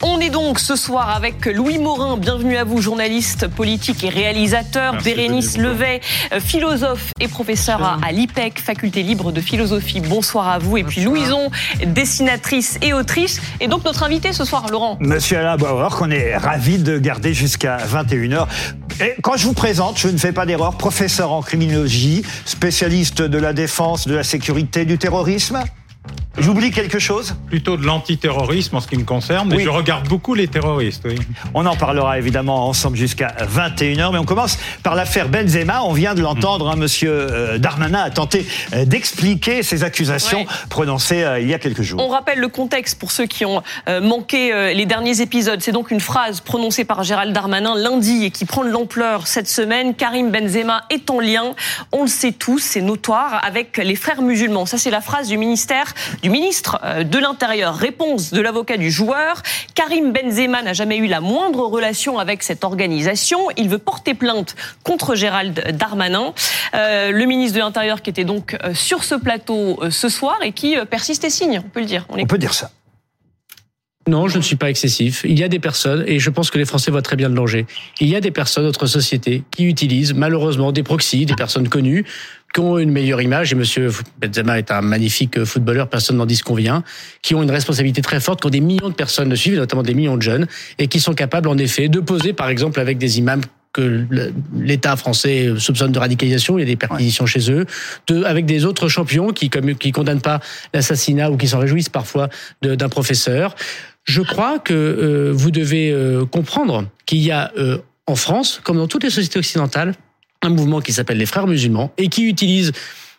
On est donc ce soir avec Louis Morin, bienvenue à vous, journaliste politique et réalisateur. Merci, Bérénice Levet, philosophe et professeur à l'IPEC, faculté libre de philosophie. Bonsoir à vous. Et puis Louison, dessinatrice et autrice. Et donc notre invité ce soir, Laurent. Monsieur Alain Bauer, qu'on est ravi de garder jusqu'à 21h. Et quand je vous présente, je ne fais pas d'erreur, professeur en criminologie, spécialiste de la défense, de la sécurité, du terrorisme. J'oublie quelque chose ? Plutôt de l'antiterrorisme en ce qui me concerne, et oui. je regarde beaucoup les terroristes. Oui. On en parlera évidemment ensemble jusqu'à 21h, mais on commence par l'affaire Benzema. On vient de l'entendre, monsieur Darmanin a tenté d'expliquer ces accusations prononcées il y a quelques jours. On rappelle le contexte pour ceux qui ont manqué les derniers épisodes. C'est donc une phrase prononcée par Gérald Darmanin lundi et qui prend de l'ampleur cette semaine. Karim Benzema est en lien, on le sait tous, c'est notoire, avec les frères musulmans. Ça, c'est la phrase du ministre de l'Intérieur. Réponse de l'avocat du joueur. Karim Benzema n'a jamais eu la moindre relation avec cette organisation. Il veut porter plainte contre Gérald Darmanin. Le ministre de l'Intérieur qui était donc sur ce plateau ce soir et qui persiste et signe, on peut le dire. On peut dire ça. Non, je ne suis pas excessif. Il y a des personnes, et je pense que les Français voient très bien le danger, il y a des personnes, notre société, qui utilisent malheureusement des proxys, des personnes connues, qui ont une meilleure image, et monsieur Benzema est un magnifique footballeur, personne n'en disconvient, qui ont une responsabilité très forte, qui ont des millions de personnes le suivent, notamment des millions de jeunes, et qui sont capables en effet de poser par exemple avec des imams que l'État français soupçonne de radicalisation, il y a des perquisitions chez eux, avec des autres champions qui condamnent pas l'assassinat ou qui s'en réjouissent parfois d'un professeur. Je crois que vous devez comprendre qu'il y a en France, comme dans toutes les sociétés occidentales, un mouvement qui s'appelle les Frères musulmans et qui utilise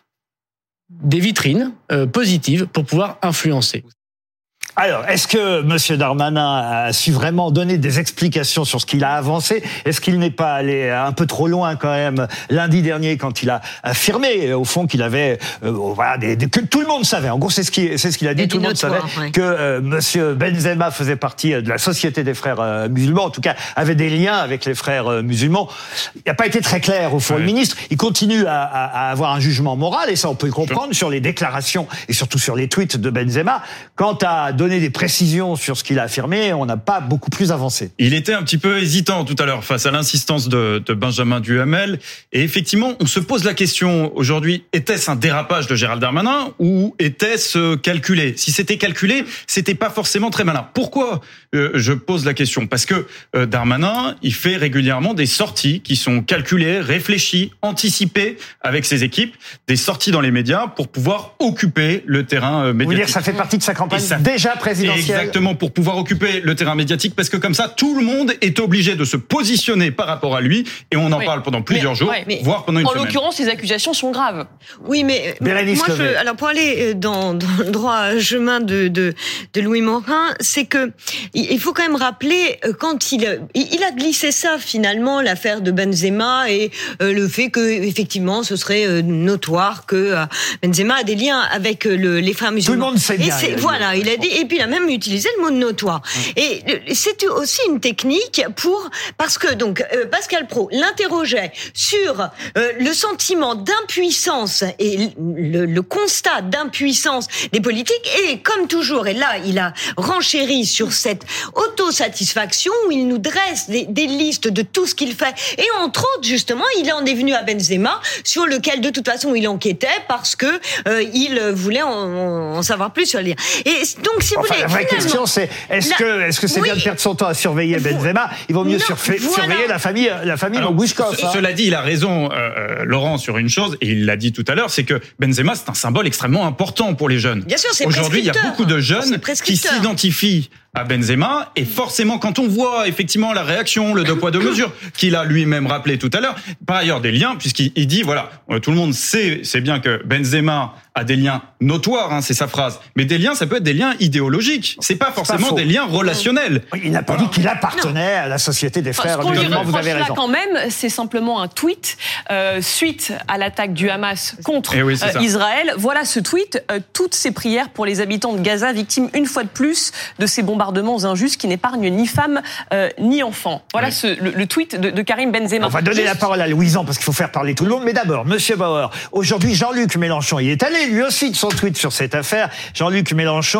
des vitrines positives pour pouvoir influencer. Alors, est-ce que M. Darmanin a su vraiment donner des explications sur ce qu'il a avancé ? Est-ce qu'il n'est pas allé un peu trop loin quand même lundi dernier quand il a affirmé au fond qu'il avait que tout le monde savait. En gros, c'est ce qu'il a dit. Tout le monde savait que M. Benzema faisait partie de la Société des Frères musulmans. En tout cas, avait des liens avec les Frères musulmans. Il n'a pas été très clair au fond. Le ministre, il continue à avoir un jugement moral et ça on peut le comprendre sur les déclarations et surtout sur les tweets de Benzema. Quant à donner des précisions sur ce qu'il a affirmé, on n'a pas beaucoup plus avancé. Il était un petit peu hésitant tout à l'heure face à l'insistance de Benjamin Duhamel. Et effectivement, on se pose la question aujourd'hui, était-ce un dérapage de Gérald Darmanin ou était-ce calculé ? Si c'était calculé, c'était pas forcément très malin. Pourquoi je pose la question ? Parce que Darmanin, il fait régulièrement des sorties qui sont calculées, réfléchies, anticipées avec ses équipes, des sorties dans les médias pour pouvoir occuper le terrain médiatique. Vous voulez dire que ça fait partie de sa campagne déjà présidentielle. Exactement, pour pouvoir occuper le terrain médiatique, parce que comme ça, tout le monde est obligé de se positionner par rapport à lui, et on en parle pendant plusieurs jours, voire pendant une semaine. En l'occurrence, les accusations sont graves. Oui, mais alors pour aller dans le droit chemin de Louis Morin, c'est que il faut quand même rappeler quand il a glissé ça finalement, l'affaire de Benzema et le fait que effectivement ce serait notoire que Benzema a des liens avec les frères musulmans. Tout le monde sait bien. Voilà, il a dit, et puis il a même utilisé le mot notoire. Et c'était aussi une technique parce que donc Pascal Praud l'interrogeait sur le sentiment d'impuissance et le constat d'impuissance des politiques, et comme toujours, et là il a renchéri sur cette autosatisfaction où il nous dresse des listes de tout ce qu'il fait, et entre autres justement il en est venu à Benzema sur lequel de toute façon il enquêtait parce que il voulait en savoir plus sur les. Et donc, si vous voulez, la vraie question, c'est est-ce que c'est bien de perdre son temps à surveiller Benzema ? Il vaut mieux surveiller la famille Bouchkov. Cela dit, il a raison, Laurent, sur une chose, et il l'a dit tout à l'heure, c'est que Benzema, c'est un symbole extrêmement important pour les jeunes. Bien sûr, c'est aujourd'hui, il y a beaucoup de jeunes qui s'identifient à Benzema, et forcément, quand on voit effectivement la réaction, le deux poids deux mesures, qu'il a lui-même rappelé tout à l'heure, par ailleurs des liens, puisqu'il dit, voilà, tout le monde sait bien que Benzema a des liens notoires, c'est sa phrase, mais des liens, ça peut être des liens idéologiques, c'est pas forcément des liens relationnels. Il n'a pas dit qu'il appartenait à la Société des Frères musulmans, vous avez raison. Là, quand même, c'est simplement un tweet suite à l'attaque du Hamas contre Israël. Voilà ce tweet, toutes ces prières pour les habitants de Gaza, victimes une fois de plus de ces bombardements injustes qui n'épargnent ni femmes ni enfants. Voilà le tweet de Karim Benzema. On va donner la parole à Louison parce qu'il faut faire parler tout le monde. Mais d'abord, Monsieur Bauer, aujourd'hui Jean-Luc Mélenchon, il est allé lui aussi de son tweet sur cette affaire. Jean-Luc Mélenchon a tweeté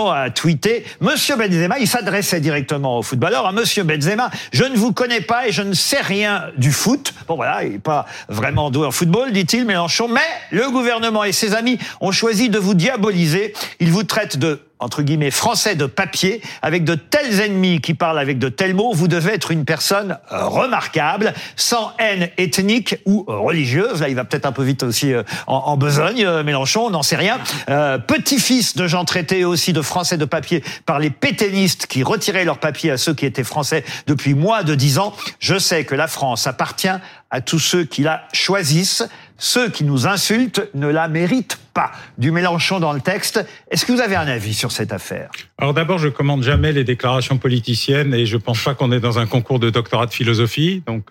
tweeté « Monsieur Benzema », il s'adressait directement au footballeur, à « Monsieur Benzema, je ne vous connais pas et je ne sais rien du foot ». Bon voilà, il n'est pas vraiment doué en football, dit-il, Mélenchon, mais le gouvernement et ses amis ont choisi de vous diaboliser. Ils vous traitent de entre guillemets, français de papier, avec de tels ennemis qui parlent avec de tels mots, vous devez être une personne remarquable, sans haine ethnique ou religieuse. Là, il va peut-être un peu vite aussi en besogne, Mélenchon, on n'en sait rien. Petit-fils de gens traités aussi de français de papier par les pétainistes qui retiraient leur papier à ceux qui étaient français depuis moins de 10 ans. Je sais que la France appartient à tous ceux qui la choisissent. Ceux qui nous insultent ne la méritent pas. Du Mélenchon dans le texte. Est-ce que vous avez un avis sur cette affaire ? Alors d'abord, je commande jamais les déclarations politiciennes et je pense pas qu'on est dans un concours de doctorat de philosophie. Donc,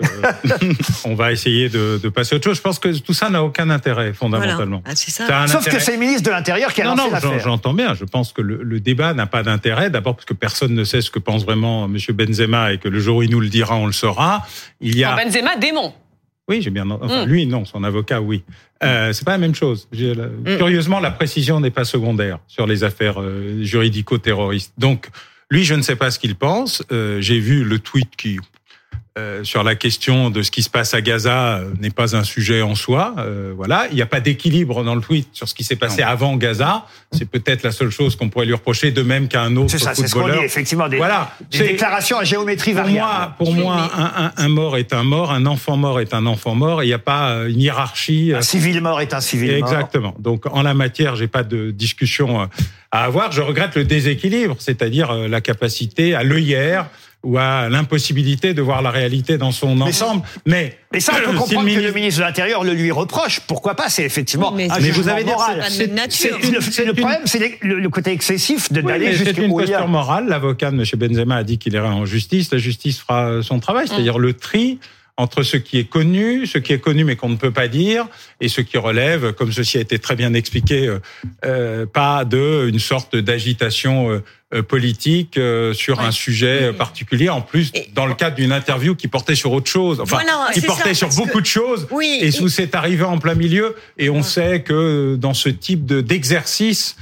on va essayer de passer à autre chose. Je pense que tout ça n'a aucun intérêt, fondamentalement. Voilà. Ah, c'est ça. Sauf que c'est le ministre de l'Intérieur qui a lancé l'affaire. J'entends bien. Je pense que le débat n'a pas d'intérêt. D'abord parce que personne ne sait ce que pense vraiment M. Benzema et que le jour où il nous le dira, on le saura. Il y a... Benzema dément. Oui, j'ai bien. Enfin, lui, non, son avocat, oui. C'est pas la même chose. Curieusement, la précision n'est pas secondaire sur les affaires juridico-terroristes. Donc, lui, je ne sais pas ce qu'il pense. J'ai vu le tweet qui, sur la question de ce qui se passe à Gaza, n'est pas un sujet en soi. Voilà, il n'y a pas d'équilibre dans le tweet sur ce qui s'est passé avant Gaza. C'est peut-être la seule chose qu'on pourrait lui reprocher, de même qu'à un autre footballeur. C'est ce qu'on dit, effectivement, des déclarations à géométrie variable. Pour moi, un mort est un mort, un enfant mort est un enfant mort, et il n'y a pas une hiérarchie. Un civil mort est un civil mort. Exactement. Donc, en la matière, j'ai pas de discussion à avoir. Je regrette le déséquilibre, c'est-à-dire la capacité à l'œillère ou à l'impossibilité de voir la réalité dans son ensemble. Mais ça, on peut comprendre que le ministre de l'Intérieur le lui reproche. Pourquoi pas ? C'est effectivement un jugement moral. Le problème, c'est le côté excessif d'aller jusqu'au... C'est une posture morale. L'avocat de M. Benzema a dit qu'il irait en justice. La justice fera son travail, c'est-à-dire le tri entre ce qui est connu mais qu'on ne peut pas dire, et ce qui relève, comme ceci a été très bien expliqué, pas une sorte d'agitation politique sur un sujet particulier, en plus dans le cadre d'une interview qui portait sur autre chose, qui portait sur beaucoup de choses, et où c'est arrivé en plein milieu, et on sait que dans ce type d'exercice,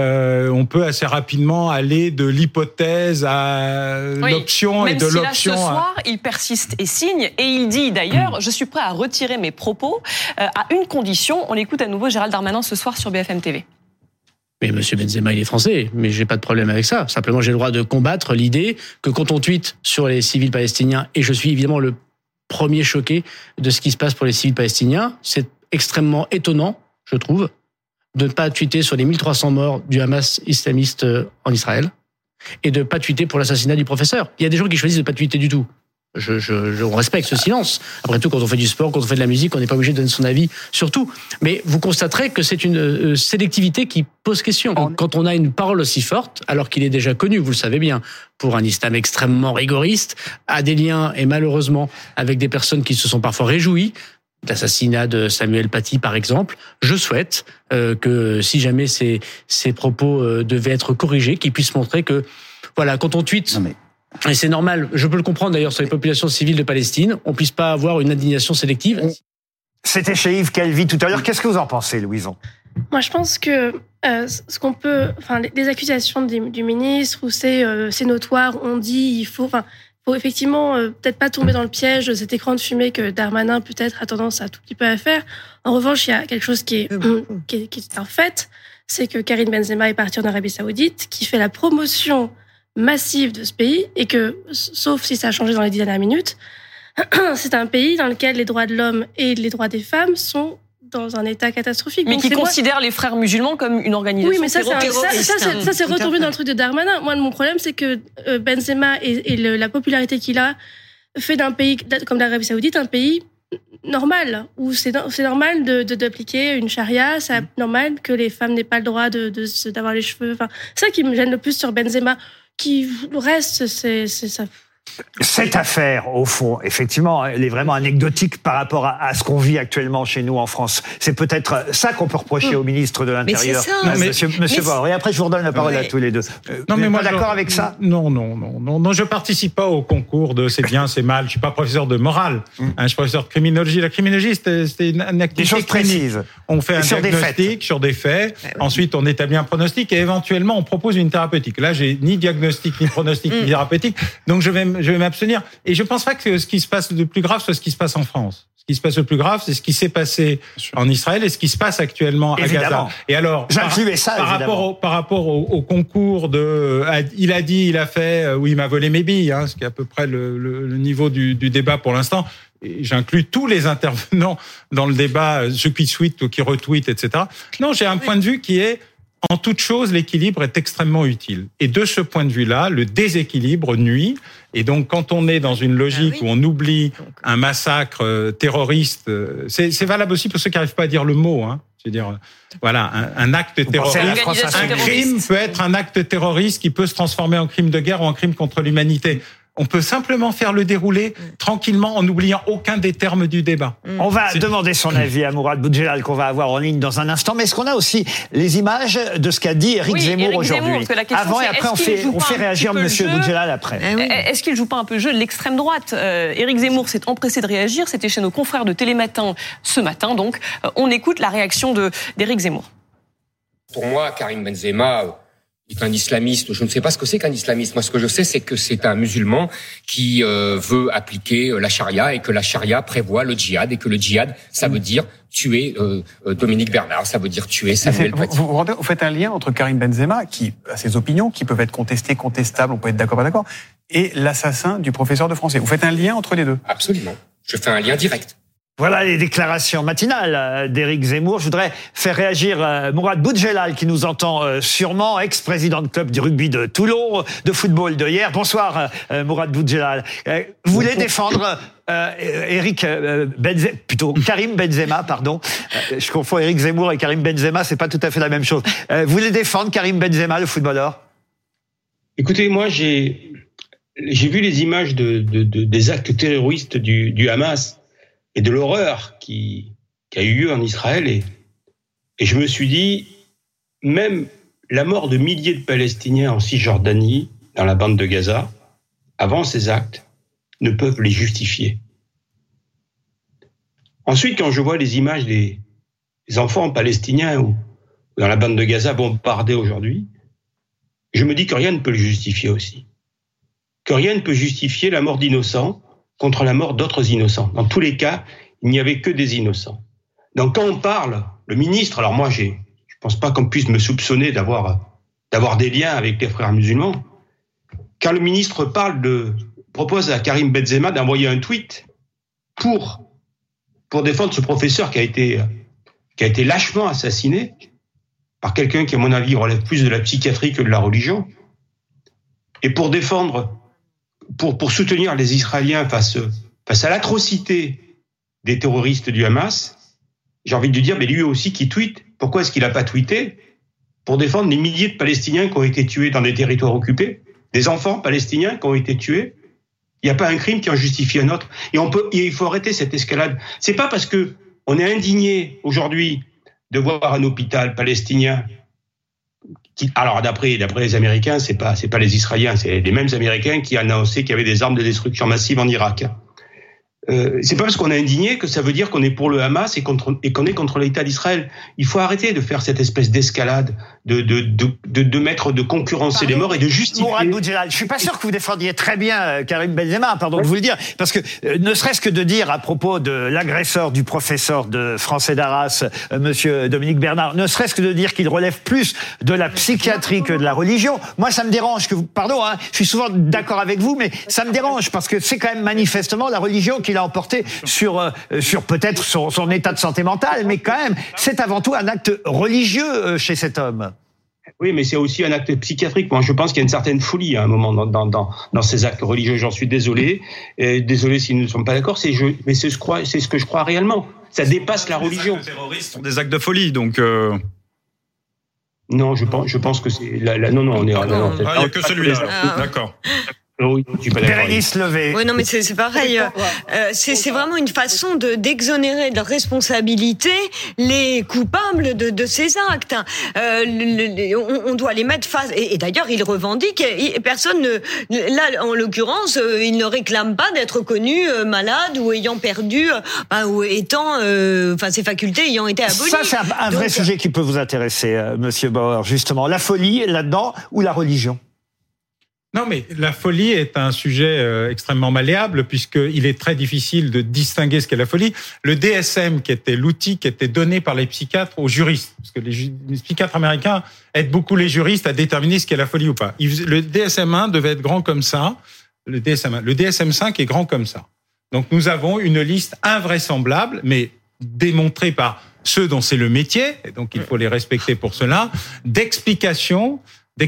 on peut assez rapidement aller de l'hypothèse à l'option et de l'option. Même si là, ce soir, il persiste et signe, et il dit d'ailleurs, je suis prêt à retirer mes propos à une condition. On écoute à nouveau Gérald Darmanin ce soir sur BFM TV. Mais M. Benzema, il est français, mais j'ai pas de problème avec ça. Simplement, j'ai le droit de combattre l'idée que quand on tweete sur les civils palestiniens, et je suis évidemment le premier choqué de ce qui se passe pour les civils palestiniens, c'est extrêmement étonnant, je trouve, de ne pas tweeter sur les 1300 morts du Hamas islamiste en Israël et de ne pas tweeter pour l'assassinat du professeur. Il y a des gens qui choisissent de ne pas tweeter du tout. On respecte ce silence. Après tout, quand on fait du sport, quand on fait de la musique, on n'est pas obligé de donner son avis sur tout. Mais vous constaterez que c'est une sélectivité qui pose question. Quand on a une parole aussi forte, alors qu'il est déjà connu, vous le savez bien, pour un islam extrêmement rigoriste, a des liens, et malheureusement, avec des personnes qui se sont parfois réjouies l'assassinat de Samuel Paty, par exemple, je souhaite que si jamais ces propos devaient être corrigés, qu'ils puissent montrer que, voilà, quand on tweete, et c'est normal, je peux le comprendre d'ailleurs sur les populations civiles de Palestine, on puisse pas avoir une indignation sélective. C'était chez Yves Calvi tout à l'heure. Qu'est-ce que vous en pensez, Louison ? Moi, je pense que ce qu'on peut, les accusations du ministre, où c'est notoire, on dit, il faut effectivement peut-être pas tomber dans le piège de cet écran de fumée que Darmanin peut-être a tendance à tout petit peu à faire. En revanche, il y a quelque chose qui est un fait, c'est que Karim Benzema est parti en Arabie Saoudite, qui fait la promotion massive de ce pays, et que, sauf si ça a changé dans les 10 dernières minutes, c'est un pays dans lequel les droits de l'homme et les droits des femmes sont dans un état catastrophique. Mais donc qui considère les frères musulmans comme une organisation terroriste. Ça c'est retombé dans le truc de Darmanin. Moi, mon problème, c'est que Benzema et la popularité qu'il a fait d'un pays comme l'Arabie Saoudite un pays normal, où c'est normal d'appliquer une charia, c'est normal que les femmes n'aient pas le droit d'avoir les cheveux. C'est ça qui me gêne le plus sur Benzema. Le reste, c'est ça. Cette affaire, au fond, effectivement, elle est vraiment anecdotique par rapport à ce qu'on vit actuellement chez nous en France. C'est peut-être ça qu'on peut reprocher au ministre de l'Intérieur, Monsieur Faure. Et après, je vous redonne la parole à tous les deux. Non, mais moi, pas d'accord avec ça? Non, je participe pas au concours de c'est bien, c'est mal. Je suis pas professeur de morale. Je suis professeur de criminologie. La criminologie, c'est une activité des choses précises. On fait un diagnostic sur des faits. Ensuite, on établit un pronostic et éventuellement, on propose une thérapeutique. Là, j'ai ni diagnostic, ni pronostic, ni thérapeutique. Donc, je vais m'abstenir. Et je pense pas que ce qui se passe de plus grave soit ce qui se passe en France. Ce qui se passe le plus grave, c'est ce qui s'est passé en Israël et ce qui se passe actuellement à Gaza. Et alors, par rapport au concours il a dit, il a fait, oui, il m'a volé mes billes, ce qui est à peu près le niveau du débat pour l'instant. Et j'inclus tous les intervenants dans le débat, ceux qui tweetent ou qui retweetent, etc. Non, j'ai un point de vue qui est, en toute chose, l'équilibre est extrêmement utile. Et de ce point de vue-là, le déséquilibre nuit. Et donc, quand on est dans une logique où on oublie un massacre terroriste, c'est valable aussi pour ceux qui n'arrivent pas à dire le mot. Je veux dire, voilà, un acte terroriste. Un crime peut être un acte terroriste qui peut se transformer en crime de guerre ou en crime contre l'humanité. On peut simplement faire le déroulé tranquillement en n'oubliant aucun des termes du débat. On va demander son avis à Mourad Boudjelal qu'on va avoir en ligne dans un instant. Mais est-ce qu'on a aussi les images de ce qu'a dit Éric Zemmour aujourd'hui? Avant et après, on fait réagir Monsieur Boudjelal après. Est-ce qu'il joue pas un peu le jeu de l'extrême droite? Éric Zemmour s'est empressé de réagir. C'était chez nos confrères de Télématin ce matin. Donc, on écoute la réaction d'Éric Zemmour. Pour moi, Karim Benzema est un islamiste. Je ne sais pas ce que c'est qu'un islamiste. Moi, ce que je sais, c'est que c'est un musulman qui veut appliquer la charia et que la charia prévoit le djihad et que le djihad, ça veut dire tuer Dominique Bernard, ça veut dire tuer Samuel Paty. Vous faites un lien entre Karim Benzema, qui a ses opinions, qui peuvent être contestées, contestables, on peut être d'accord, pas d'accord, et l'assassin du professeur de français. Vous faites un lien entre les deux? Absolument. Je fais un lien direct. Voilà les déclarations matinales d'Éric Zemmour. Je voudrais faire réagir Mourad Boudjelal, qui nous entend sûrement, ex-président de club du rugby de Toulon, de football de hier. Bonsoir Mourad Boudjelal. Vous voulez défendre Karim Benzema, pardon. Je confonds Éric Zemmour et Karim Benzema, c'est pas tout à fait la même chose. Vous voulez défendre Karim Benzema, le footballeur? Écoutez, moi j'ai vu les images des actes terroristes du Hamas et de l'horreur qui a eu lieu en Israël. Et je me suis dit, même la mort de milliers de Palestiniens en Cisjordanie, dans la bande de Gaza, avant ces actes, ne peuvent les justifier. Ensuite, quand je vois les images des enfants palestiniens ou dans la bande de Gaza bombardés aujourd'hui, je me dis que rien ne peut le justifier aussi. Que rien ne peut justifier la mort d'innocents contre la mort d'autres innocents. Dans tous les cas, il n'y avait que des innocents. Donc quand on parle, le ministre, alors moi je pense pas qu'on puisse me soupçonner d'avoir des liens avec les frères musulmans. Quand le ministre propose à Karim Benzema d'envoyer un tweet pour défendre ce professeur qui a été lâchement assassiné par quelqu'un qui, à mon avis, relève plus de la psychiatrie que de la religion, et pour soutenir les Israéliens face à l'atrocité des terroristes du Hamas, j'ai envie de dire, mais lui aussi qui tweete, pourquoi est-ce qu'il n'a pas tweeté pour défendre les milliers de Palestiniens qui ont été tués dans des territoires occupés, des enfants palestiniens qui ont été tués? Il n'y a pas un crime qui en justifie un autre. Et il faut arrêter cette escalade. C'est pas parce que on est indigné aujourd'hui de voir un hôpital palestinien alors d'après les Américains, c'est pas les Israéliens, c'est les mêmes Américains qui annonçaient qu'il y avait des armes de destruction massive en Irak. C'est pas parce qu'on est indigné que ça veut dire qu'on est pour le Hamas et qu'on est contre l'État d'Israël. Il faut arrêter de faire cette espèce d'escalade, de concurrencer les morts et de justifier. Mourad Boudjelal, je suis pas sûr que vous défendiez très bien Karim Benzema, pardon de vous le dire, parce que ne serait-ce que de dire à propos de l'agresseur du professeur de français d'Arras, monsieur Dominique Bernard, ne serait-ce que de dire qu'il relève plus de la psychiatrie que de la religion, moi ça me dérange je suis souvent d'accord avec vous, mais ça me dérange parce que c'est quand même manifestement la religion qui l'a emporté sur peut-être son état de santé mentale, mais quand même, c'est avant tout un acte religieux chez cet homme. Oui, mais c'est aussi un acte psychiatrique. Moi, je pense qu'il y a une certaine folie à un moment dans ces actes religieux. J'en suis désolé. Désolé si nous ne sommes pas d'accord. Mais c'est ce que je crois réellement. Ça dépasse la religion. Les terroristes sont des actes de folie, donc. Non, je pense que c'est. Non, on est. Il n'y a que celui-là. D'accord. Oui, je suis pas d'accord. Bérénice Levé. Oui, non, mais c'est pareil. C'est vraiment une façon d'exonérer de leur responsabilité les coupables de ces actes. On doit les mettre face. Et d'ailleurs, ils revendiquent. Personne là, en l'occurrence, ils ne réclament pas d'être connus malades ou ayant perdu, ou étant, ses facultés ayant été abolies. Ça, c'est un vrai sujet qui peut vous intéresser, Monsieur Bauer. Justement, la folie là-dedans ou la religion? Non, mais la folie est un sujet extrêmement malléable puisqu'il est très difficile de distinguer ce qu'est la folie. Le DSM, qui était l'outil qui était donné par les psychiatres aux juristes, parce que les psychiatres américains aident beaucoup les juristes à déterminer ce qu'est la folie ou pas. Le DSM-1 devait être grand comme ça, le DSM-1. Le DSM-5 est grand comme ça. Donc nous avons une liste invraisemblable, mais démontrée par ceux dont c'est le métier, et donc il faut les respecter pour cela, d'explications,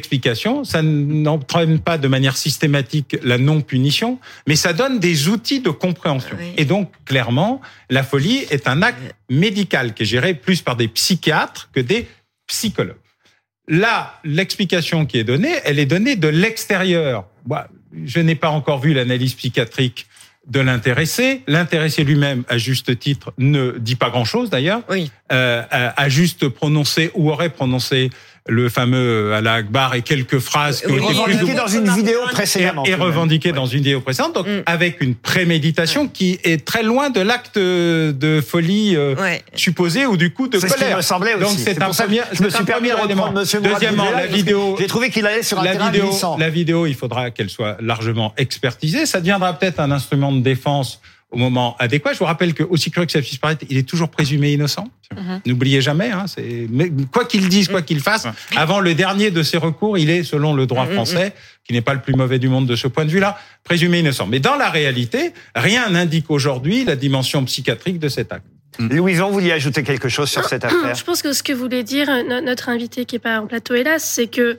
ça n'entraîne pas de manière systématique la non-punition, mais ça donne des outils de compréhension. Oui. Et donc, clairement, la folie est un acte médical qui est géré plus par des psychiatres que des psychologues. Là, l'explication qui est donnée, elle est donnée de l'extérieur. Je n'ai pas encore vu l'analyse psychiatrique de l'intéressé. L'intéressé lui-même, à juste titre, ne dit pas grand-chose d'ailleurs. Oui. A juste prononcé ou aurait prononcé le fameux Allah Akbar et quelques phrases qui ont été revendiquées dans une vidéo précédente. Et revendiquées dans une vidéo précédente, donc avec une préméditation qui est très loin de l'acte de folie supposé ou du coup de colère. C'est ce qui me semblait aussi. Donc c'est un premier, je me suis permis de reprendre Monsieur Mourad. Deuxièmement, la vidéo. J'ai trouvé qu'il allait sur un terrain glissant. La vidéo, il faudra qu'elle soit largement expertisée. Ça deviendra peut-être un instrument de défense au moment adéquat. Je vous rappelle que, aussi curieux que ça puisse paraître, il est toujours présumé innocent. N'oubliez jamais, mais quoi qu'il dise, quoi qu'il fasse, avant le dernier de ses recours, il est, selon le droit français, qui n'est pas le plus mauvais du monde de ce point de vue-là, présumé innocent. Mais dans la réalité, rien n'indique aujourd'hui la dimension psychiatrique de cet acte. Louison, vous vouliez ajouter quelque chose sur cette affaire? Je pense que ce que voulait dire notre invité qui n'est pas en plateau, hélas, c'est que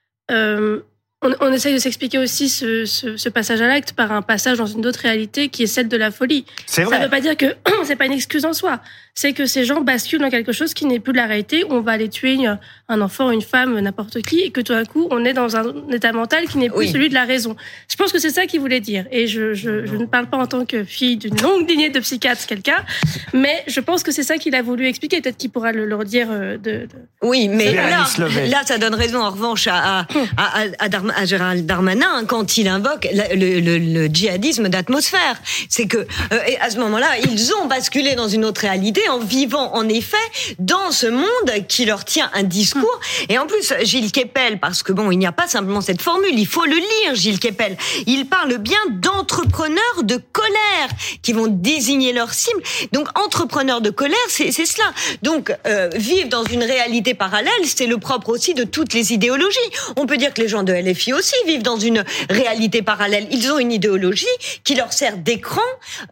on essaye de s'expliquer aussi ce passage à l'acte par un passage dans une autre réalité qui est celle de la folie. C'est vrai. Ça ne veut pas dire que c'est pas une excuse en soi. C'est que ces gens basculent dans quelque chose qui n'est plus de la réalité, où on va aller tuer un enfant, une femme, n'importe qui, et que tout d'un coup, on est dans un état mental qui n'est plus celui de la raison. Je pense que c'est ça qu'il voulait dire. Et je ne parle pas en tant que fille d'une longue lignée de psychiatres, quelqu'un, mais je pense que c'est ça qu'il a voulu expliquer. Peut-être qu'il pourra le redire Oui, mais là, ça donne raison, en revanche, à Gérald Darmanin quand il invoque le djihadisme d'atmosphère. C'est que, à ce moment-là, ils ont basculé dans une autre réalité en vivant, en effet, dans ce monde qui leur tient un discours. Et en plus, Gilles Kepel, parce que il n'y a pas simplement cette formule, il faut le lire, Gilles Kepel. Il parle bien d'entrepreneurs de colère qui vont désigner leur cible. Donc, entrepreneurs de colère, c'est cela. Donc, vivre dans une réalité parallèle, c'est le propre aussi de toutes les idéologies. On peut dire que les gens de LFI aussi vivent dans une réalité parallèle. Ils ont une idéologie qui leur sert d'écran,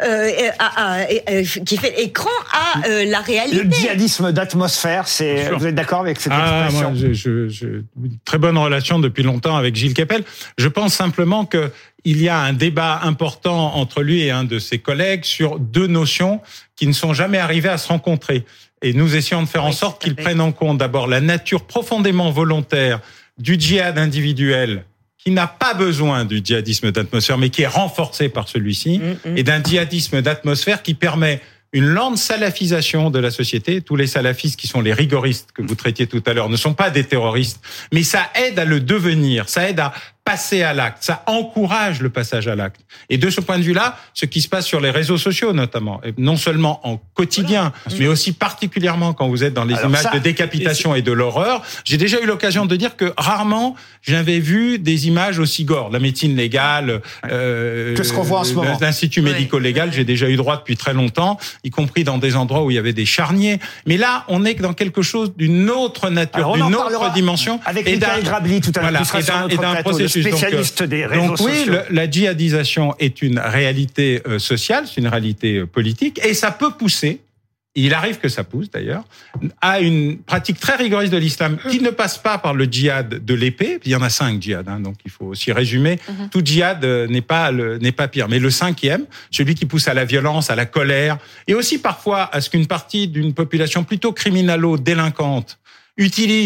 qui fait écran à la réalité. Le djihadisme d'atmosphère, vous êtes d'accord avec cette expression? Moi, j'ai une très bonne relation depuis longtemps avec Gilles Kepel. Je pense simplement que il y a un débat important entre lui et un de ses collègues sur deux notions qui ne sont jamais arrivées à se rencontrer. Et nous essayons de faire en sorte qu'ils prennent en compte d'abord la nature profondément volontaire du djihad individuel, qui n'a pas besoin du djihadisme d'atmosphère, mais qui est renforcé par celui-ci, et d'un djihadisme d'atmosphère qui permet une lente salafisation de la société. Tous les salafistes qui sont les rigoristes que vous traitiez tout à l'heure ne sont pas des terroristes, mais ça aide à le devenir, ça aide à passer à l'acte, ça encourage le passage à l'acte. Et de ce point de vue-là, ce qui se passe sur les réseaux sociaux notamment, et non seulement en quotidien, mais aussi particulièrement quand vous êtes dans les images de décapitation et de l'horreur. J'ai déjà eu l'occasion de dire que rarement j'avais vu des images aussi gore. La médecine légale, que ce qu'on voit en ce moment. L'Institut médico-légal, j'ai déjà eu droit depuis très longtemps, y compris dans des endroits où il y avait des charniers. Mais là, on est dans quelque chose d'une autre nature, d'une autre dimension. Avec Michael Grabli tout à l'heure, et d'un processus. Spécialiste des réseaux sociaux. Donc oui, la djihadisation est une réalité sociale, c'est une réalité politique, et ça peut pousser, il arrive que ça pousse d'ailleurs, à une pratique très rigoriste de l'islam qui ne passe pas par le djihad de l'épée. Il y en a 5 djihads, donc il faut aussi résumer. Tout djihad n'est pas pire. Mais le 5e, celui qui pousse à la violence, à la colère, et aussi parfois à ce qu'une partie d'une population plutôt criminalo-délinquante utilise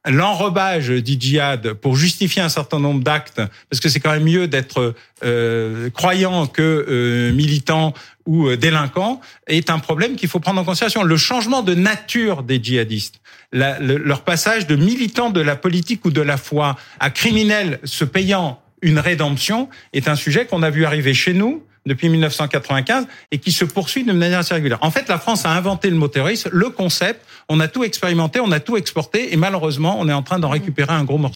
l'enrobage du djihad pour justifier un certain nombre d'actes, parce que c'est quand même mieux d'être croyant que militant ou délinquant, est un problème qu'il faut prendre en considération. Le changement de nature des djihadistes, leur passage de militants de la politique ou de la foi à criminels se payant une rédemption est un sujet qu'on a vu arriver chez nous depuis 1995 et qui se poursuit de manière assez régulière. En fait, la France a inventé le mot terroriste, le concept, on a tout expérimenté, on a tout exporté et malheureusement, on est en train d'en récupérer un gros morceau.